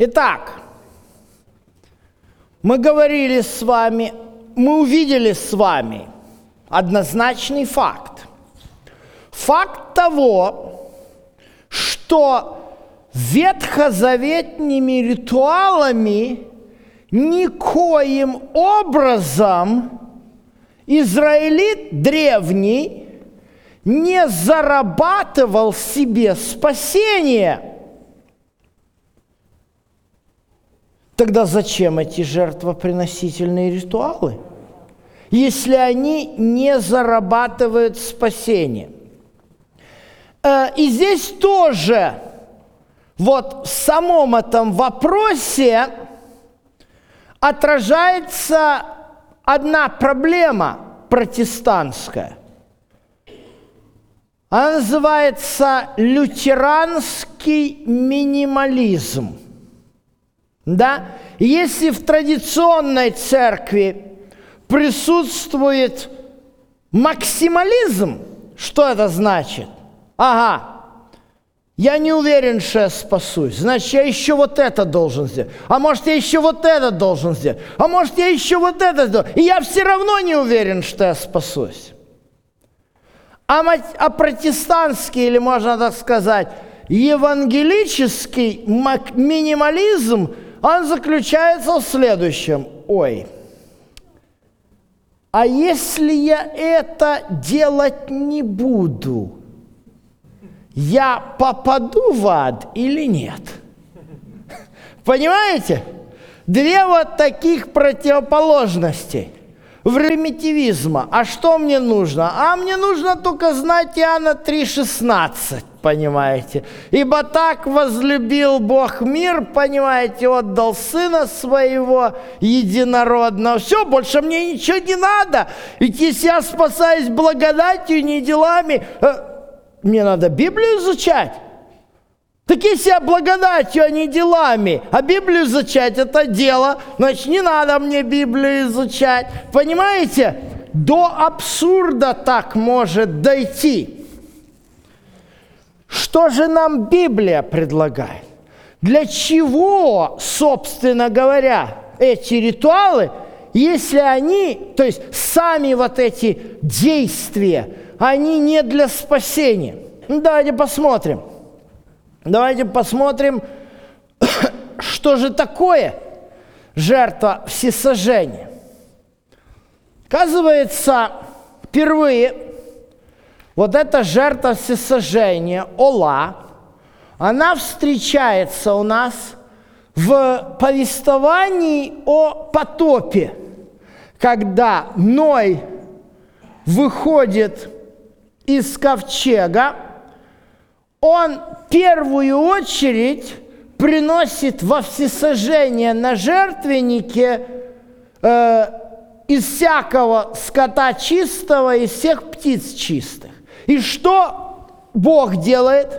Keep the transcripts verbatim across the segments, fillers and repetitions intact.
Итак, мы говорили с вами, мы увидели с вами однозначный факт. Факт того, что ветхозаветными ритуалами никоим образом израилит древний не зарабатывал себе спасение. Тогда зачем эти жертвоприносительные ритуалы, если они не зарабатывают спасение? И здесь тоже, вот в самом этом вопросе отражается одна проблема протестантская. Она называется лютеранский минимализм. Да? Если в традиционной церкви присутствует максимализм, что это значит? Ага, я не уверен, что я спасусь, значит, я еще вот это должен сделать, а может, я еще вот это должен сделать, а может, я еще вот это сделаю, и я все равно не уверен, что я спасусь. А, а протестантский, или можно так сказать, евангелический минимализм, он заключается в следующем. Ой, а если я это делать не буду, я попаду в ад или нет? Понимаете? Две вот таких противоположности примитивизма. А что мне нужно? А мне нужно только знать Иоанна три шестнадцать, понимаете? Ибо так возлюбил Бог мир, понимаете, отдал Сына Своего единородного. Все, больше мне ничего не надо. Ведь если я спасаюсь благодатью, не делами, мне надо Библию изучать. Так если я благодатью, а не делами, а Библию изучать – это дело, значит, не надо мне Библию изучать. Понимаете? До абсурда так может дойти. Что же нам Библия предлагает? Для чего, собственно говоря, эти ритуалы, если они, то есть сами вот эти действия, они не для спасения? Ну, давайте посмотрим. Давайте посмотрим, что же такое жертва всесожжения. Оказывается, впервые вот эта жертва всесожжения, ола, она встречается у нас в повествовании о потопе, когда Ной выходит из ковчега, он в первую очередь приносит во всесожжение на жертвеннике э, из всякого скота чистого, из всех птиц чистых. И что Бог делает?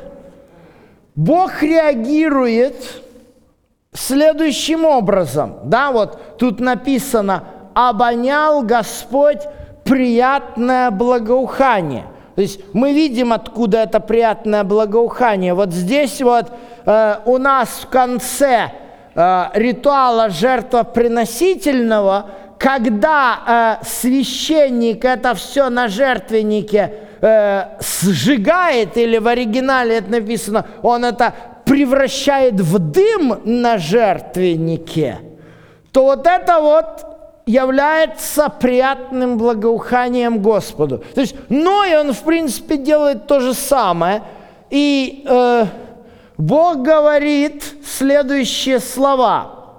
Бог реагирует следующим образом. Да, вот тут написано: «Обонял Господь приятное благоухание». То есть мы видим, откуда это приятное благоухание. Вот здесь вот э, у нас в конце э, ритуала жертвоприносительного, когда э, священник это все на жертвеннике э, сжигает, или в оригинале это написано, он это превращает в дым на жертвеннике, то вот это вот является приятным благоуханием Господу. То есть Ной, он в принципе делает то же самое. И э, Бог говорит следующие слова: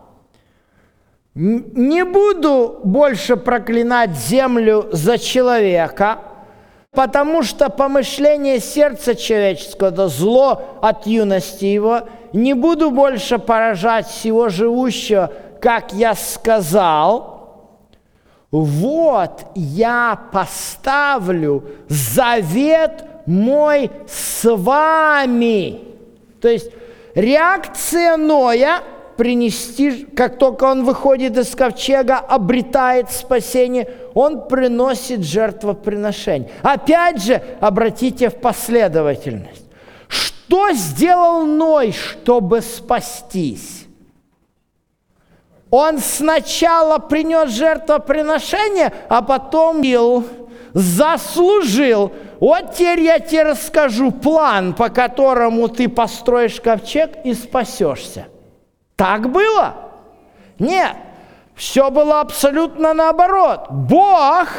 «Не буду больше проклинать землю за человека, потому что помышление сердца человеческого – это зло от юности его. Не буду больше поражать всего живущего, как я сказал. Вот я поставлю завет мой с вами». То есть реакция Ноя принести, как только он выходит из ковчега, обретает спасение, он приносит жертвоприношение. Опять же, обратите в последовательность. Что сделал Ной, чтобы спастись? Он сначала принес жертвоприношение, а потом бил, заслужил. Вот теперь я тебе расскажу план, по которому ты построишь ковчег и спасешься. Так было? Нет. Все было абсолютно наоборот. Бог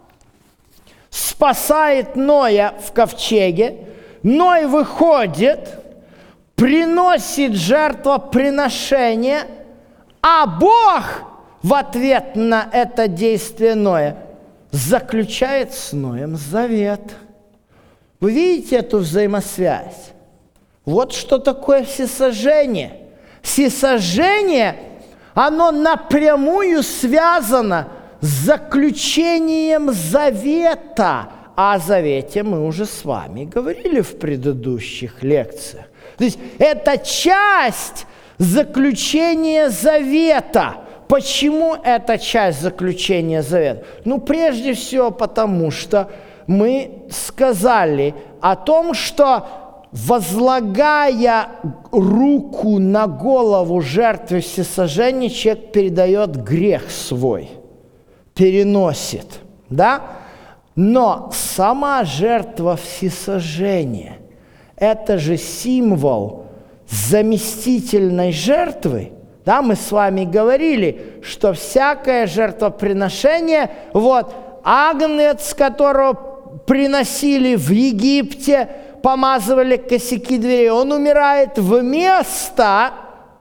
спасает Ноя в ковчеге. Ной выходит, приносит жертвоприношение, а Бог в ответ на это действие Ноя заключает с Ноем завет. Вы видите эту взаимосвязь? Вот что такое всесожжение. Всесожжение, оно напрямую связано с заключением завета. А о завете мы уже с вами говорили в предыдущих лекциях. То есть это часть заключения завета. Почему это часть заключения завета? Ну, прежде всего, потому что мы сказали о том, что, возлагая руку на голову жертвы всесожжения, человек передает грех свой, переносит, да? Но сама жертва всесожжения – это же символ заместительной жертвы. Да, мы с вами говорили, что всякое жертвоприношение, вот, агнец, которого приносили в Египте, помазывали косяки дверей, он умирает вместо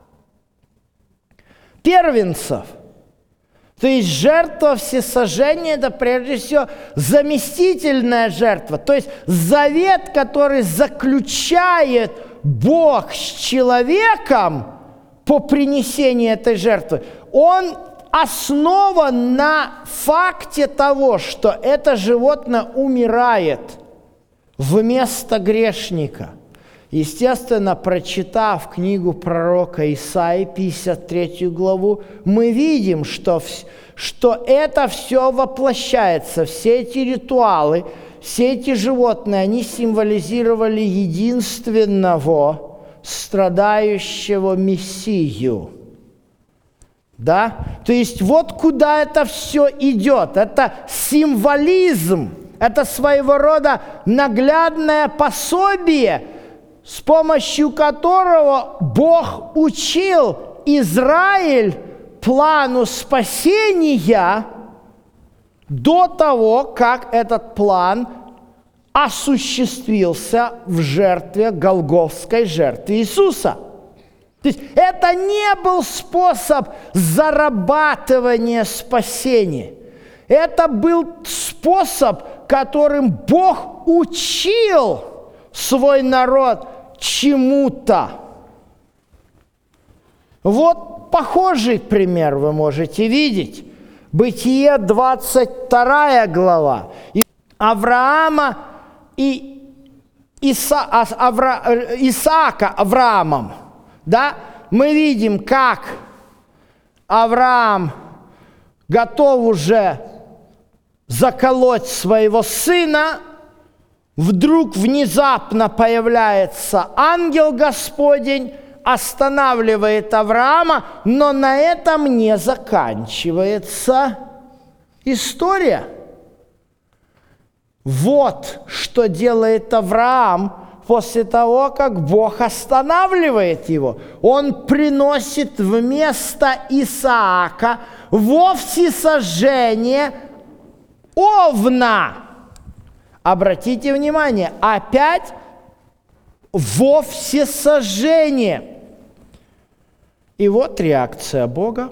первенцев. То есть жертва всесожжения – это прежде всего заместительная жертва. То есть завет, который заключает Бог с человеком по принесению этой жертвы, он основан на факте того, что это животное умирает вместо грешника. Естественно, прочитав книгу пророка Исаии, пятьдесят третью главу, мы видим, что, что это все воплощается, все эти ритуалы, все эти животные, они символизировали единственного страдающего Мессию. Да? То есть вот куда это все идет. Это символизм, это своего рода наглядное пособие, с помощью которого Бог учил Израиль плану спасения до того, как этот план осуществился в жертве, голгофской жертве Иисуса. То есть это не был способ зарабатывания спасения. Это был способ, которым Бог учил свой народ чему-то. Вот похожий пример вы можете видеть. Бытие, двадцать вторая глава. Авраама и Иса, Авра, Исаака Авраамом. Да? Мы видим, как Авраам готов уже заколоть своего сына. Вдруг внезапно появляется ангел Господень, останавливает Авраама, но на этом не заканчивается история. Вот что делает Авраам после того, как Бог останавливает его. Он приносит вместо Исаака во всесожжение овна. Обратите внимание, опять во всесожжение. И вот реакция Бога.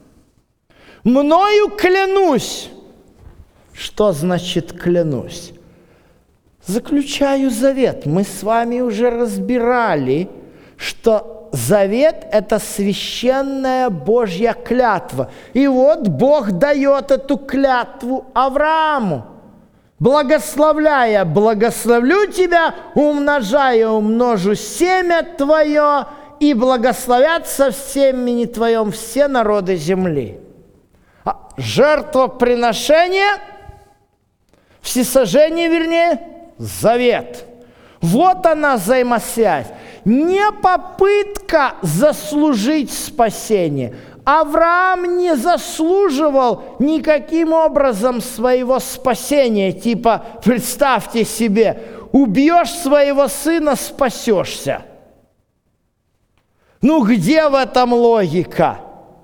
Мною клянусь. Что значит клянусь? Заключаю завет. Мы с вами уже разбирали, что завет – это священная Божья клятва. И вот Бог дает эту клятву Аврааму. Благословляя, благословлю тебя, умножая, умножу семя твое, и благословятся в семени твоем все народы земли. А жертвоприношение, всесожжение, вернее, завет. Вот она взаимосвязь. Не попытка заслужить спасение, Авраам не заслуживал никаким образом своего спасения. Типа, представьте себе, убьешь своего сына, спасешься. Ну где в этом логика?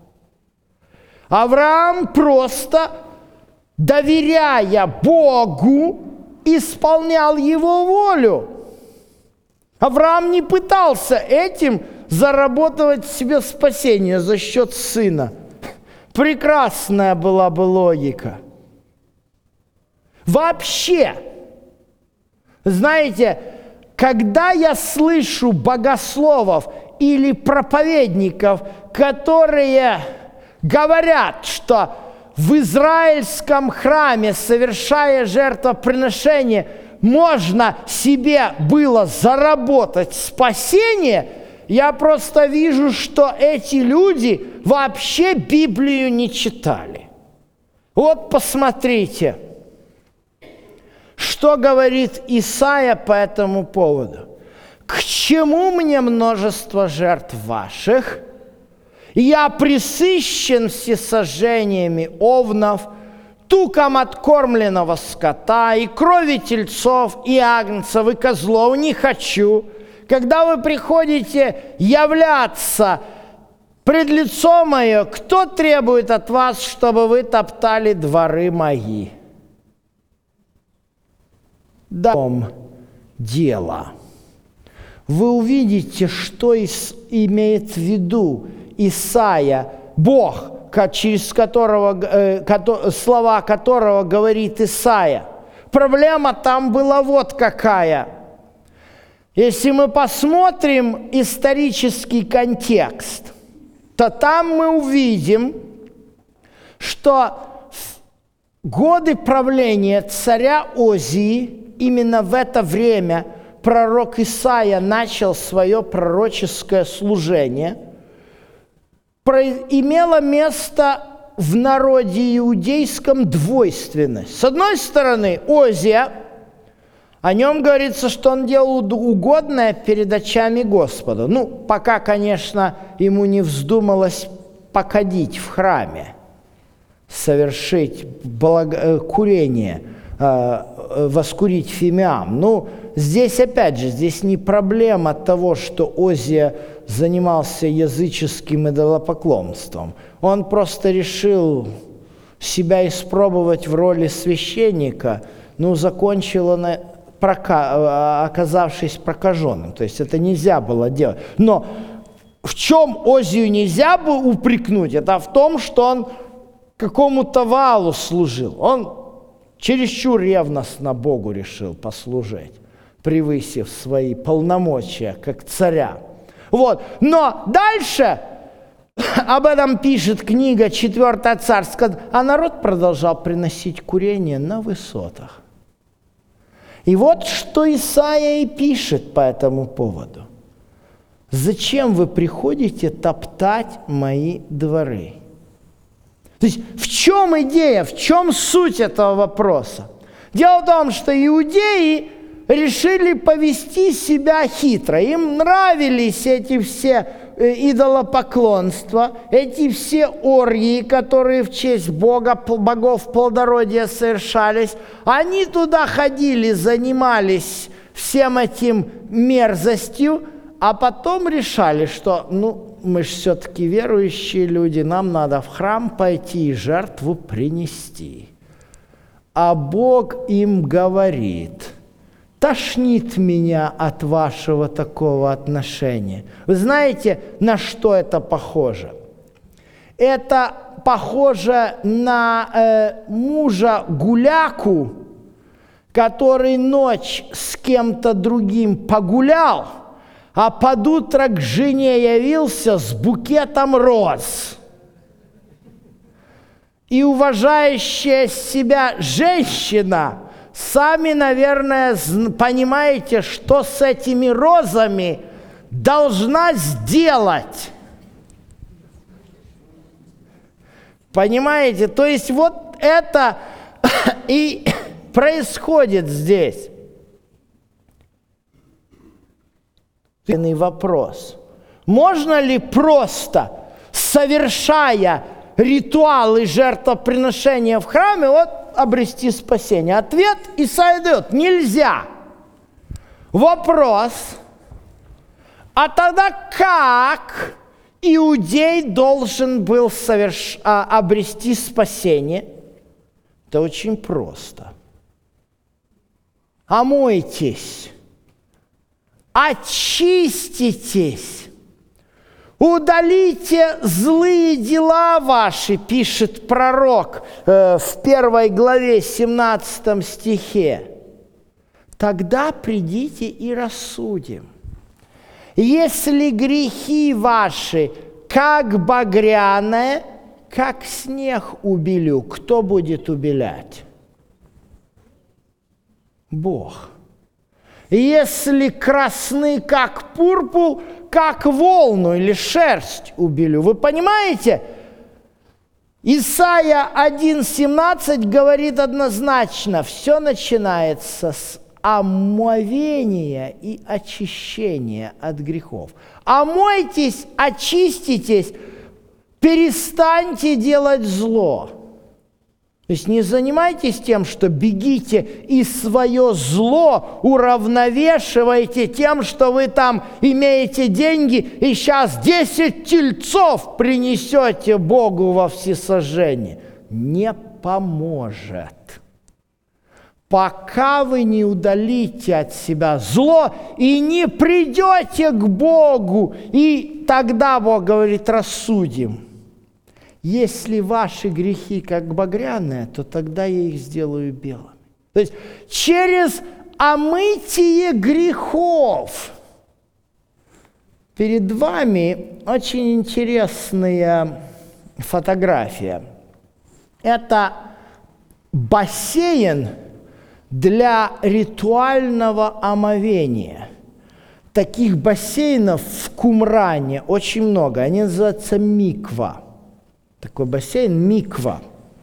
Авраам просто, доверяя Богу, исполнял его волю. Авраам не пытался этим заработать себе спасение за счет сына. Прекрасная была бы логика. Вообще, знаете, когда я слышу богословов или проповедников, которые говорят, что в израильском храме, совершая жертвоприношение, можно себе было заработать спасение, я просто вижу, что эти люди вообще Библию не читали. Вот посмотрите, что говорит Исаия по этому поводу. «К чему мне множество жертв ваших? Я пресыщен всесожжениями овнов, туком откормленного скота, и крови тельцов, и агнцев, и козлов не хочу. Когда вы приходите являться пред лицо мое, кто требует от вас, чтобы вы топтали дворы мои?» Да, дело. Вы увидите, что имеет в виду Исаия, Бог, через которого, э, слова которого говорит Исаия. Проблема там была вот какая. Если мы посмотрим исторический контекст, то там мы увидим, что в годы правления царя Озии, именно в это время пророк Исаия начал свое пророческое служение, имела место в народе иудейском двойственность. С одной стороны, Озия, о нем говорится, что он делал угодное перед очами Господа. Ну, пока, конечно, ему не вздумалось покадить в храме, совершить благо... курение, э, воскурить фимиам. Ну, здесь, опять же, здесь не проблема того, что Озия занимался языческим идолопоклонством. Он просто решил себя испробовать в роли священника, ну, закончил он, прока... оказавшись прокаженным. То есть это нельзя было делать. Но в чем Озию нельзя было упрекнуть, это в том, что он какому-то Ваалу служил. Он чересчур ревностно Богу решил послужить, превысив свои полномочия как царя. Вот. Но дальше об этом пишет книга «Четвертое царство», а народ продолжал приносить курение на высотах. И вот что Исаия и пишет по этому поводу. «Зачем вы приходите топтать мои дворы?» То есть в чем идея, в чем суть этого вопроса? Дело в том, что иудеи решили повести себя хитро. Им нравились эти все идолопоклонства, эти все оргии, которые в честь Бога, богов плодородия совершались. Они туда ходили, занимались всем этим мерзостью, а потом решали, что, ну, мы же все-таки верующие люди, нам надо в храм пойти и жертву принести. А Бог им говорит: тошнит меня от вашего такого отношения. Вы знаете, на что это похоже? Это похоже на э, мужа-гуляку, который ночь с кем-то другим погулял, а под утро к жене явился с букетом роз. И уважающая себя женщина, сами, наверное, понимаете, что с этими розами должна сделать. Понимаете? То есть вот это и происходит здесь. Вопрос. Можно ли просто совершая ритуалы жертвоприношения в храме, вот обрести спасение? Ответ Исаия дает: нельзя. Вопрос: а тогда как иудей должен был соверш... а, обрести спасение? Это очень просто. Омойтесь, очиститесь, удалите злые дела ваши, пишет пророк э, в первой главе, семнадцатом стихе. Тогда придите и рассудим. Если грехи ваши, как багряное, как снег убелю, кто будет убелять? Бог. Если красны, как пурпур, как волну или шерсть убелю. Вы понимаете? Исайя один семнадцать говорит однозначно: все начинается с омовения и очищения от грехов. Омойтесь, очиститесь, перестаньте делать зло. То есть не занимайтесь тем, что бегите и свое зло уравновешиваете тем, что вы там имеете деньги и сейчас десять тельцов принесете Богу во всесожжение. Не поможет. Пока вы не удалите от себя зло и не придете к Богу, и тогда Бог говорит: рассудим. Если ваши грехи как багряные, то тогда я их сделаю белыми. То есть через омытие грехов. Перед вами очень интересная фотография. Это бассейн для ритуального омовения. Таких бассейнов в Кумране очень много. Они называются миква. Такой бассейн миква.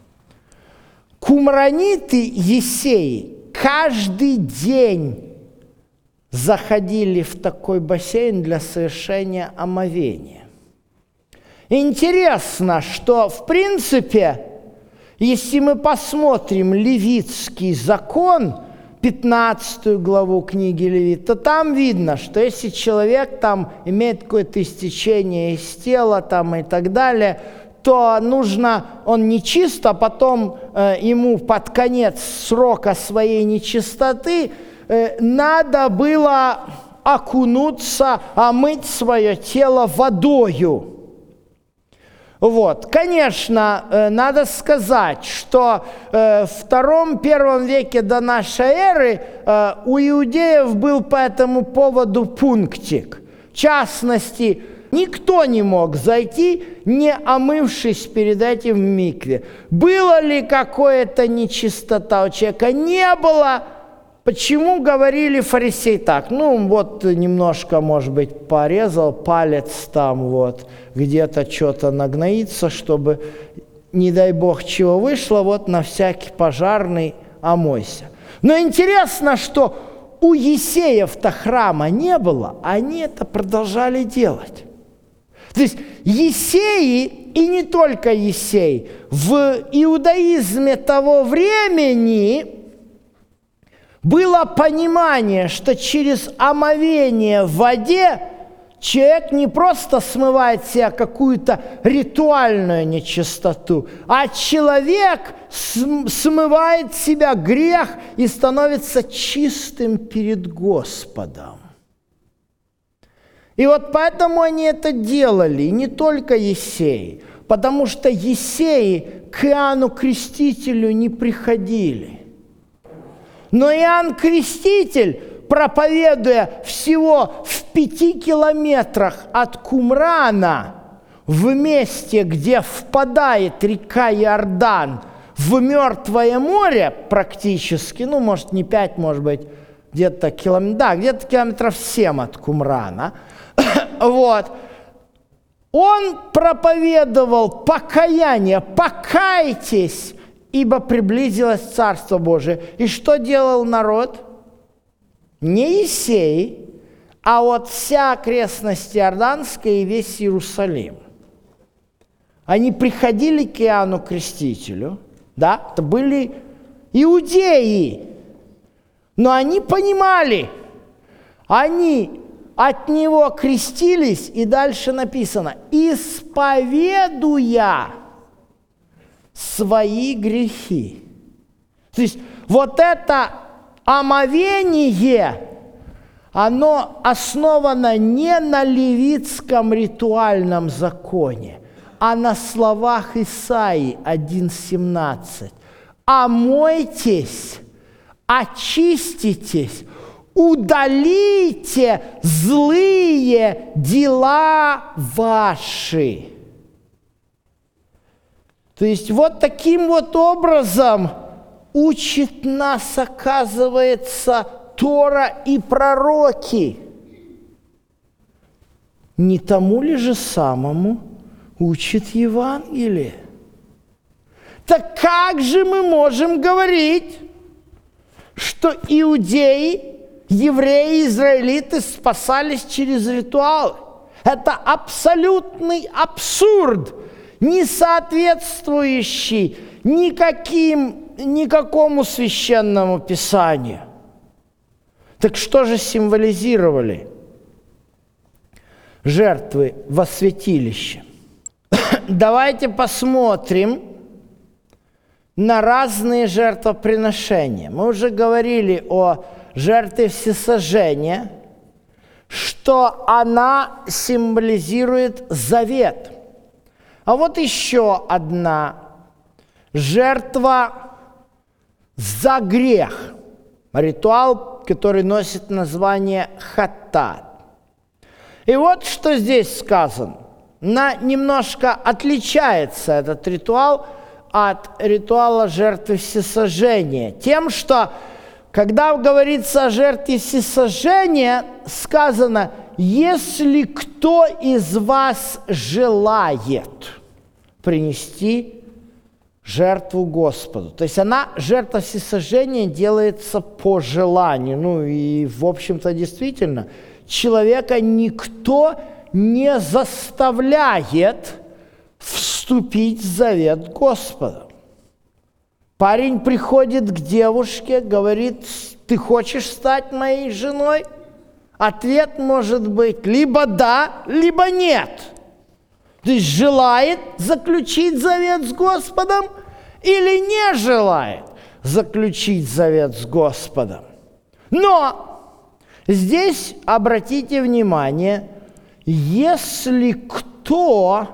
Кумраниты Есеи каждый день заходили в такой бассейн для совершения омовения. Интересно, что в принципе, если мы посмотрим Левитский закон, пятнадцатую главу книги Левит, то там видно, что если человек там имеет какое-то истечение из тела там, и так далее, то нужно, он нечист, а потом э, ему под конец срока своей нечистоты э, надо было окунуться, омыть свое тело водою. Вот. Конечно, э, надо сказать, что э, в втором-первом веке до нашей эры э, у иудеев был по этому поводу пунктик. В частности, никто не мог зайти, не омывшись перед этим в микве. Было ли какое-то нечистота у человека? Не было. Почему говорили фарисеи так? Ну, вот немножко, может быть, порезал палец там, вот, где-то что-то нагноится, чтобы, не дай бог, чего вышло, вот на всякий пожарный омойся. Но интересно, что у Есеев-то храма не было, они это продолжали делать. То есть Есеи, и не только Есей, в иудаизме того времени было понимание, что через омовение в воде человек не просто смывает с себя какую-то ритуальную нечистоту, а человек смывает с себя грех и становится чистым перед Господом. И вот поэтому они это делали, и не только Есеи, потому что Есеи к Иоанну Крестителю не приходили. Но Иоанн Креститель, проповедуя всего в пяти километрах от Кумрана, в месте, где впадает река Иордан в Мертвое море практически, ну, может, не пять, может быть, где-то километров, да, где-то километров семь от Кумрана, вот, он проповедовал покаяние, покайтесь, ибо приблизилось Царство Божие. И что делал народ? Не Есей, а вот вся окрестность Иорданская и весь Иерусалим. они приходили к Иоанну Крестителю, да, это были иудеи, но они понимали, они от него крестились, и дальше написано, исповедуя свои грехи. То есть вот это омовение, оно основано не на левитском ритуальном законе, а на словах Исаии один семнадцать. «Омойтесь, очиститесь, удалите злые дела ваши». То есть вот таким вот образом учит нас, оказывается, Тора и пророки. Не тому ли же самому учит Евангелие? Так как же мы можем говорить, что иудеи, евреи, израилиты спасались через ритуалы? Это абсолютный абсурд, не соответствующий никаким, никакому священному писанию. Так что же символизировали жертвы во святилище? Давайте посмотрим на разные жертвоприношения. Мы уже говорили о жертве всесожжения, что она символизирует завет. А вот еще одна жертва за грех, ритуал, который носит название хатат. И вот что здесь сказано. На, немножко отличается этот ритуал от ритуала жертвы всесожжения тем, что когда говорится о жертве всесожжения, сказано: «Если кто из вас желает принести жертву Господу». То есть она, жертва всесожжения, делается по желанию. Ну и, в общем-то, действительно, человека никто не заставляет вступить в завет Господа. Парень приходит к девушке, говорит: «Ты хочешь стать моей женой?» Ответ может быть либо да, либо нет. То есть желает заключить завет с Господом или не желает заключить завет с Господом. Но здесь обратите внимание, если кто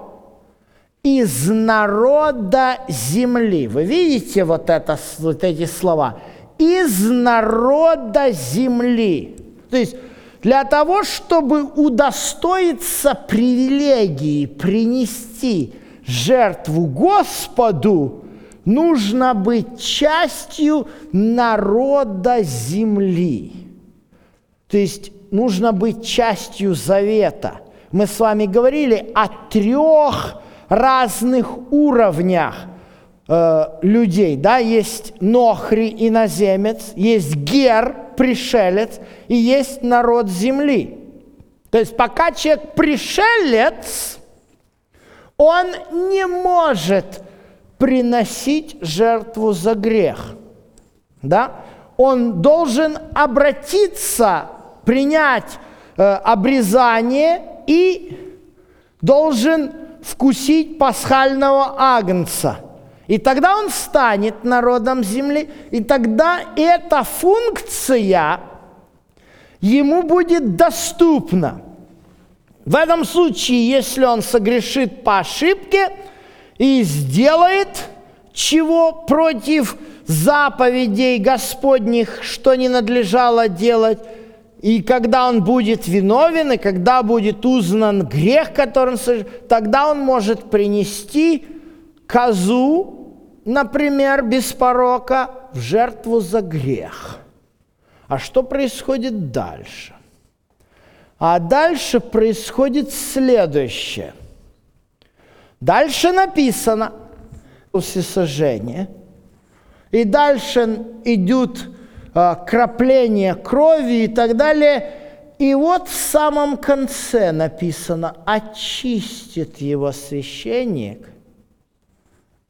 из народа земли, вы видите вот, это, вот эти слова, из народа земли, то есть для того, чтобы удостоиться привилегии принести жертву Господу, нужно быть частью народа земли. То есть нужно быть частью завета. Мы с вами говорили о трех разных уровнях э, людей. Да? Есть нохри, иноземец, есть гер, пришелец, и есть народ земли. То есть пока человек пришелец, он не может приносить жертву за грех. Да? Он должен обратиться, принять э, обрезание и должен вкусить пасхального агнца. И тогда он станет народом земли, и тогда эта функция ему будет доступна. В этом случае, если он согрешит по ошибке и сделает чего против заповедей Господних, что не надлежало делать, и когда он будет виновен, и когда будет узнан грех, который он совершил, тогда он может принести козу, например, без порока, в жертву за грех. А что происходит дальше? А дальше происходит следующее. Дальше написано всесожжение, и дальше идут а, крапление крови и так далее. И вот в самом конце написано: очистит его священник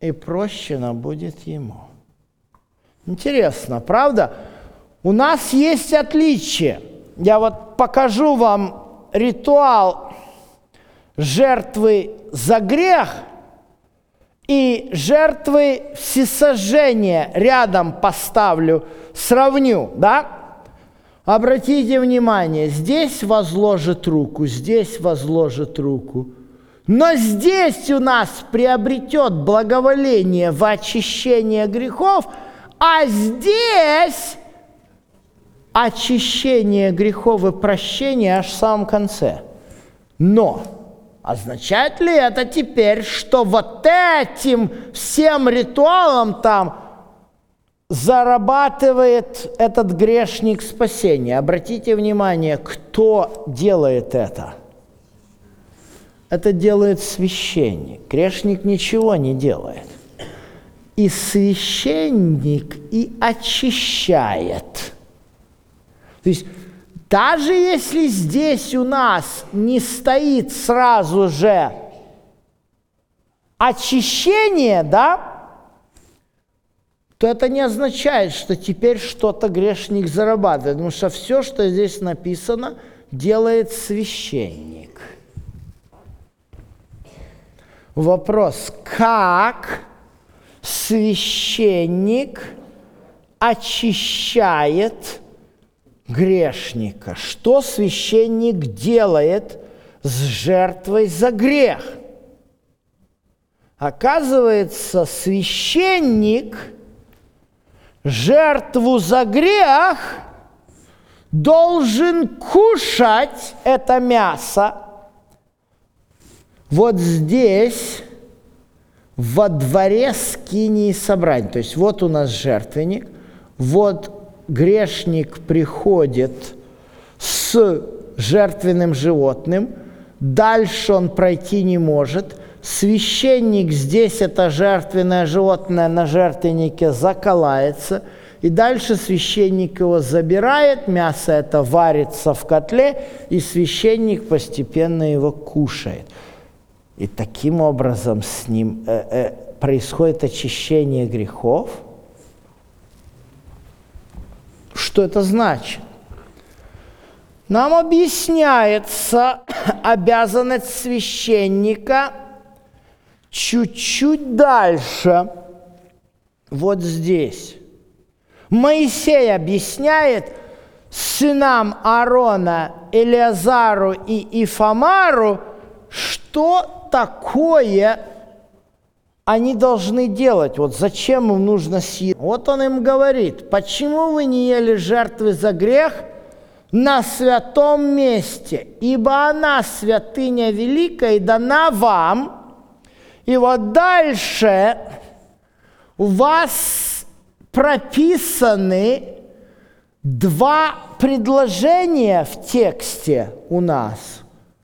и прощено будет ему. Интересно, правда? У нас есть отличие. Я вот покажу вам ритуал жертвы за грех и жертвы всесожжения. Рядом поставлю, сравню, да? Обратите внимание, здесь возложит руку, здесь возложит руку. Но здесь у нас приобретет благоволение в очищение грехов, а здесь очищение грехов и прощение аж в самом конце. Но означает ли это теперь, что вот этим всем ритуалом там зарабатывает этот грешник спасение? Обратите внимание, кто делает это? Это делает священник. Грешник ничего не делает. И священник и очищает. То есть даже если здесь у нас не стоит сразу же очищение, да, то это не означает, что теперь что-то грешник зарабатывает, потому что все, что здесь написано, делает священник. Вопрос, как священник очищает грешника? Что священник делает с жертвой за грех? Оказывается, священник жертву за грех должен кушать это мясо вот здесь, во дворе скинии собрания. То есть вот у нас жертвенник, вот грешник приходит с жертвенным животным, дальше он пройти не может. Священник здесь, это жертвенное животное на жертвеннике заколается, и дальше священник его забирает, мясо это варится в котле, и священник постепенно его кушает. И таким образом с ним э, э, происходит очищение грехов. Что это значит? Нам объясняется обязанность священника чуть-чуть дальше, вот здесь. Моисей объясняет сынам Аарона, Элиазару и Ифамару, что такое они должны делать. Вот зачем им нужно съесть. Вот он им говорит, почему вы не ели жертвы за грех на святом месте, ибо она святыня великая и дана вам. И вот дальше у вас прописаны два предложения в тексте у нас,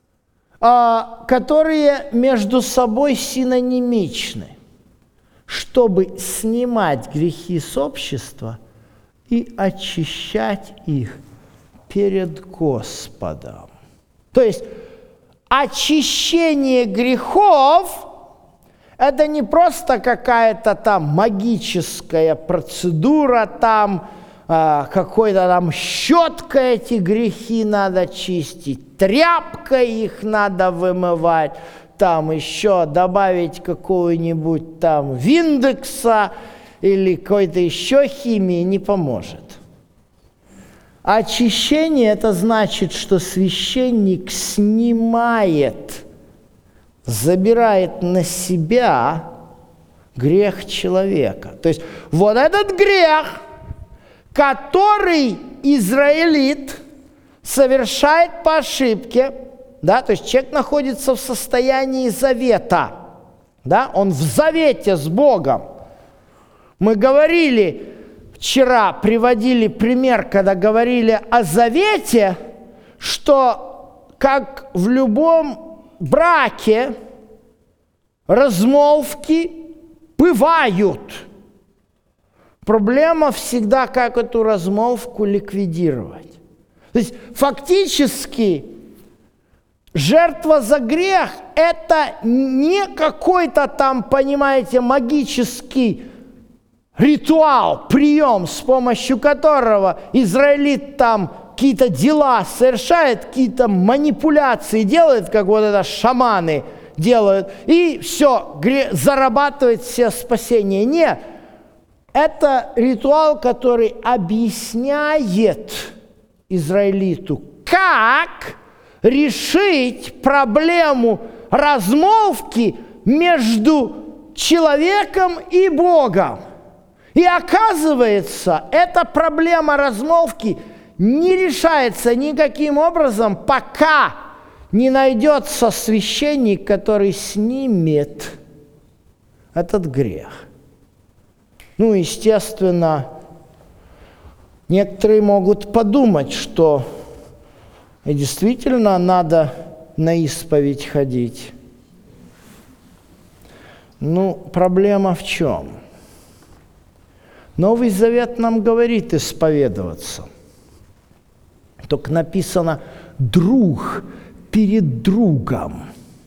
которые между собой синонимичны, чтобы снимать грехи с общества и очищать их перед Господом. То есть очищение грехов – это не просто какая-то там магическая процедура, там э, какой-то там щеткой эти грехи надо чистить, тряпкой их надо вымывать, там еще добавить какого-нибудь там виндекса или какой-то еще химии не поможет. Очищение – это значит, что священник снимает, забирает на себя грех человека. То есть вот этот грех, который израилит совершает по ошибке, да, то есть человек находится в состоянии завета, да, он в завете с Богом. Мы говорили вчера, приводили пример, когда говорили о завете, что как в любом браке размолвки бывают. Проблема всегда, как эту размолвку ликвидировать. То есть фактически Жертва за грех – это не какой-то там, понимаете, магический ритуал, прием, с помощью которого израилит там какие-то дела совершает, какие-то манипуляции делает, как вот это шаманы делают, и все, зарабатывает все спасение. Нет, это ритуал, который объясняет израилиту, как решить проблему размолвки между человеком и Богом. И оказывается, эта проблема размолвки не решается никаким образом, пока не найдется священник, который снимет этот грех. Ну, естественно, некоторые могут подумать, что действительно надо на исповедь ходить. Ну, проблема в чем? Новый Завет нам говорит исповедоваться. Только написано «друг перед другом».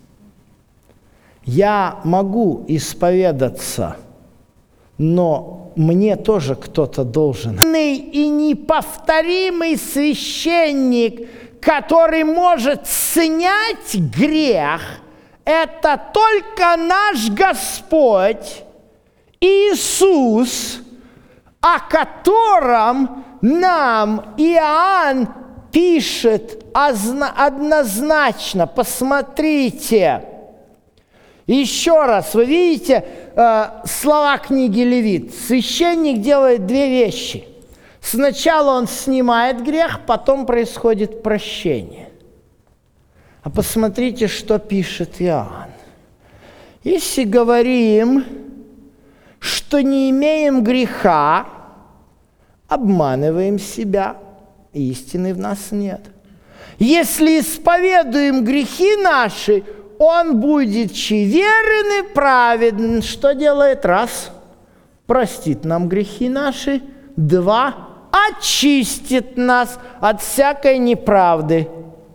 Я могу исповедаться, но мне тоже кто-то должен. И неповторимый священник, который может снять грех, это только наш Господь Иисус, о котором нам Иоанн пишет однозначно. Посмотрите. Еще раз, вы видите э, слова книги Левит. Священник делает две вещи. Сначала он снимает грех, потом происходит прощение. А посмотрите, что пишет Иоанн. Если говорим, что не имеем греха, обманываем себя, истины в нас нет. Если исповедуем грехи наши, Он будет верен и праведен. Что делает? Раз, простит нам грехи наши. Два, очистит нас от всякой неправды.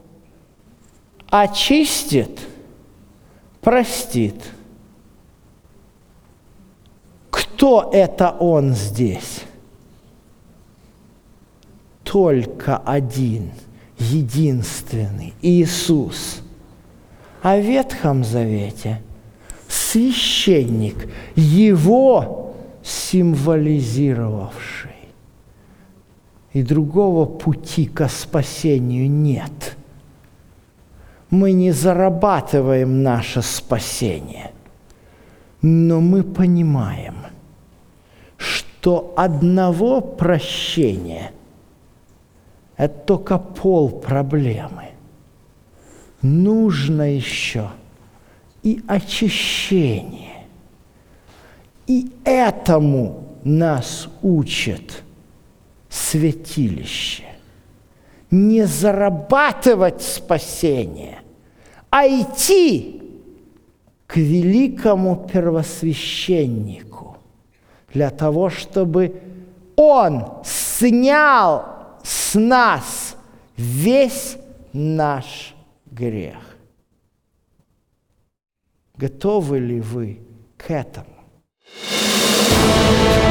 Очистит, простит. Кто это Он здесь? Только один, единственный, Иисус. А в Ветхом Завете священник, его символизировавший. И другого пути ко спасению нет. Мы не зарабатываем наше спасение, но мы понимаем, что одного прощения – это только пол проблемы. Нужно еще и очищение. И этому нас учит святилище. Не зарабатывать спасение, а идти к великому первосвященнику для того, чтобы он снял с нас весь наш грех. Готовы ли вы к этому?